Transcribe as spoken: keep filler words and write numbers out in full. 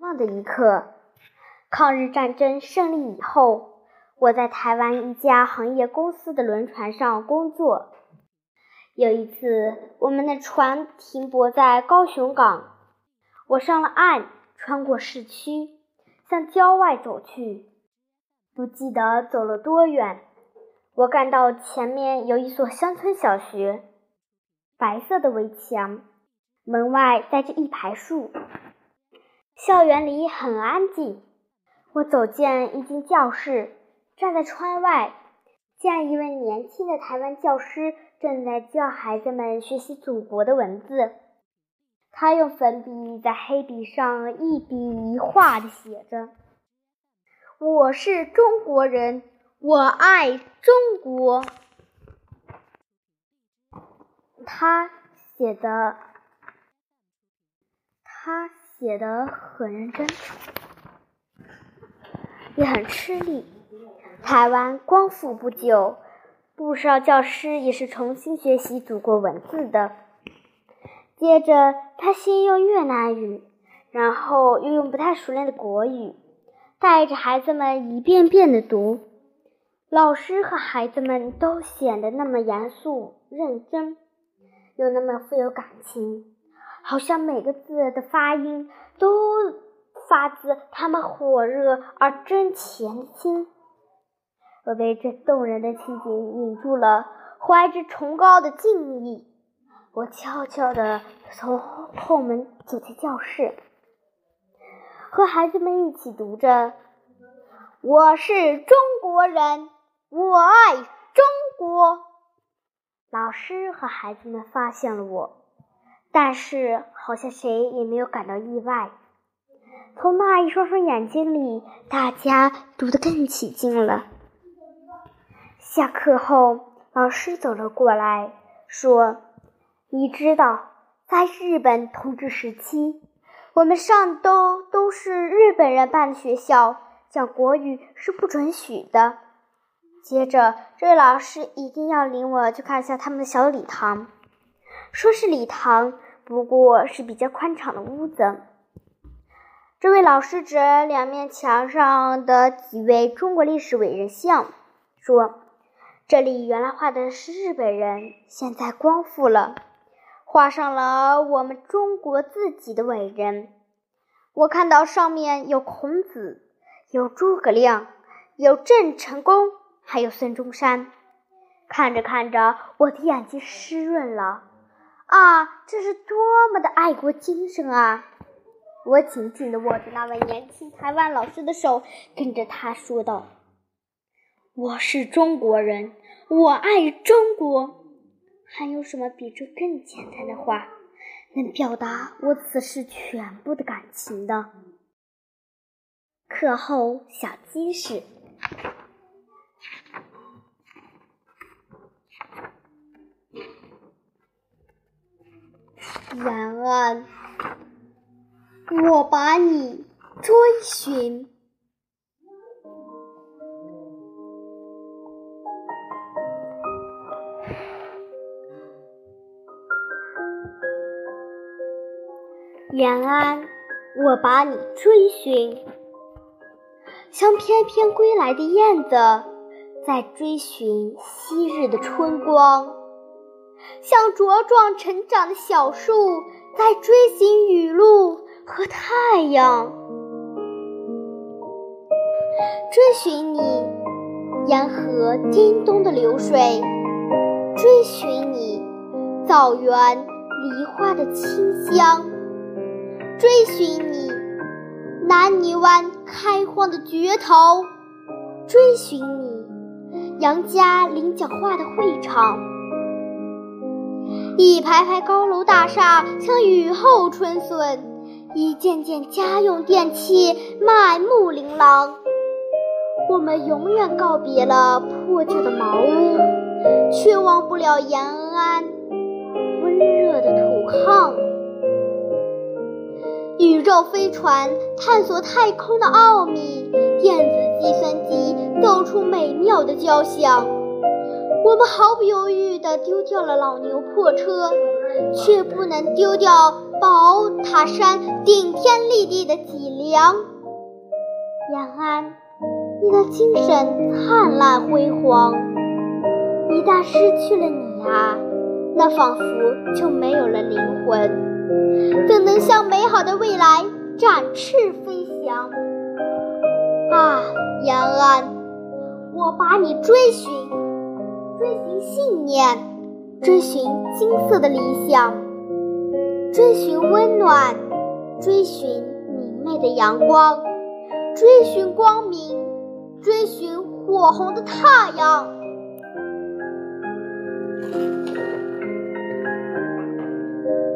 望的一刻。抗日战争胜利以后，我在台湾一家行业公司的轮船上工作。有一次，我们的船停泊在高雄港，我上了岸，穿过市区，向郊外走去。不记得走了多远，我看到前面有一所乡村小学，白色的围墙，门外栽着一排树，校园里很安静。我走进一间教室，站在窗外，见一位年轻的台湾教师正在教孩子们学习祖国的文字。他用粉笔在黑笔上一笔一画地写着：我是中国人，我爱中国。他写的他写得很认真，也很吃力。台湾光复不久，不少教师也是重新学习祖国文字的。接着他先用越南语，然后又用不太熟练的国语，带着孩子们一遍遍地读。老师和孩子们都显得那么严肃认真，又那么富有感情，好像每个字的发音都发自他们火热而真虔的心。我被这动人的情景引住了，怀着崇高的敬意，我悄悄地从后门走进教室，和孩子们一起读着：我是中国人，我爱中国。老师和孩子们发现了我，但是好像谁也没有感到意外。从那一双双眼睛里，大家读得更起劲了。下课后，老师走了过来，说：你知道，在日本统治时期，我们上都都是日本人办的学校，讲国语是不准许的。接着，这位老师一定要领我去看一下他们的小礼堂，说是礼堂，不过是比较宽敞的屋子。这位老师指两面墙上的几位中国历史伟人像，说：这里原来画的是日本人，现在光复了，画上了我们中国自己的伟人。我看到上面有孔子，有诸葛亮，有郑成功，还有孙中山。看着看着，我的眼睛湿润了。啊，这是多么的爱国精神啊！我紧紧地握着那位年轻台湾老师的手，跟着他说道：我是中国人，我爱中国。还有什么比这更简单的话能表达我此时全部的感情的？课后小鸡事。然而，我把你追寻。延安，我把你追寻，像翩翩归来的燕子，在追寻昔日的春光，像茁壮成长的小树，在追寻雨露和太阳。追寻你，沿河叮咚的流水，追寻你，枣园梨花的清香，追寻你，南泥湾开荒的蕨头，追寻你，杨家菱角画的会场。一排排高楼大厦像雨后春笋，一件件家用电器满目琳琅。我们永远告别了破旧的茅屋，却忘不了延安温热的土炕。宇宙飞船探索太空的奥秘，电子计算机奏出美妙的交响。我们毫不犹豫地丢掉了老牛破车，却不能丢掉宝塔山顶天立地地的脊梁。延安，你的精神灿烂辉煌，一旦失去了你啊，那仿佛就没有了灵魂，怎能向美好的未来展翅飞翔？啊，延安，我把你追寻，追寻信念，追寻金色的理想，追寻温暖，追寻明媚的阳光，追寻光明，追寻火红的太阳。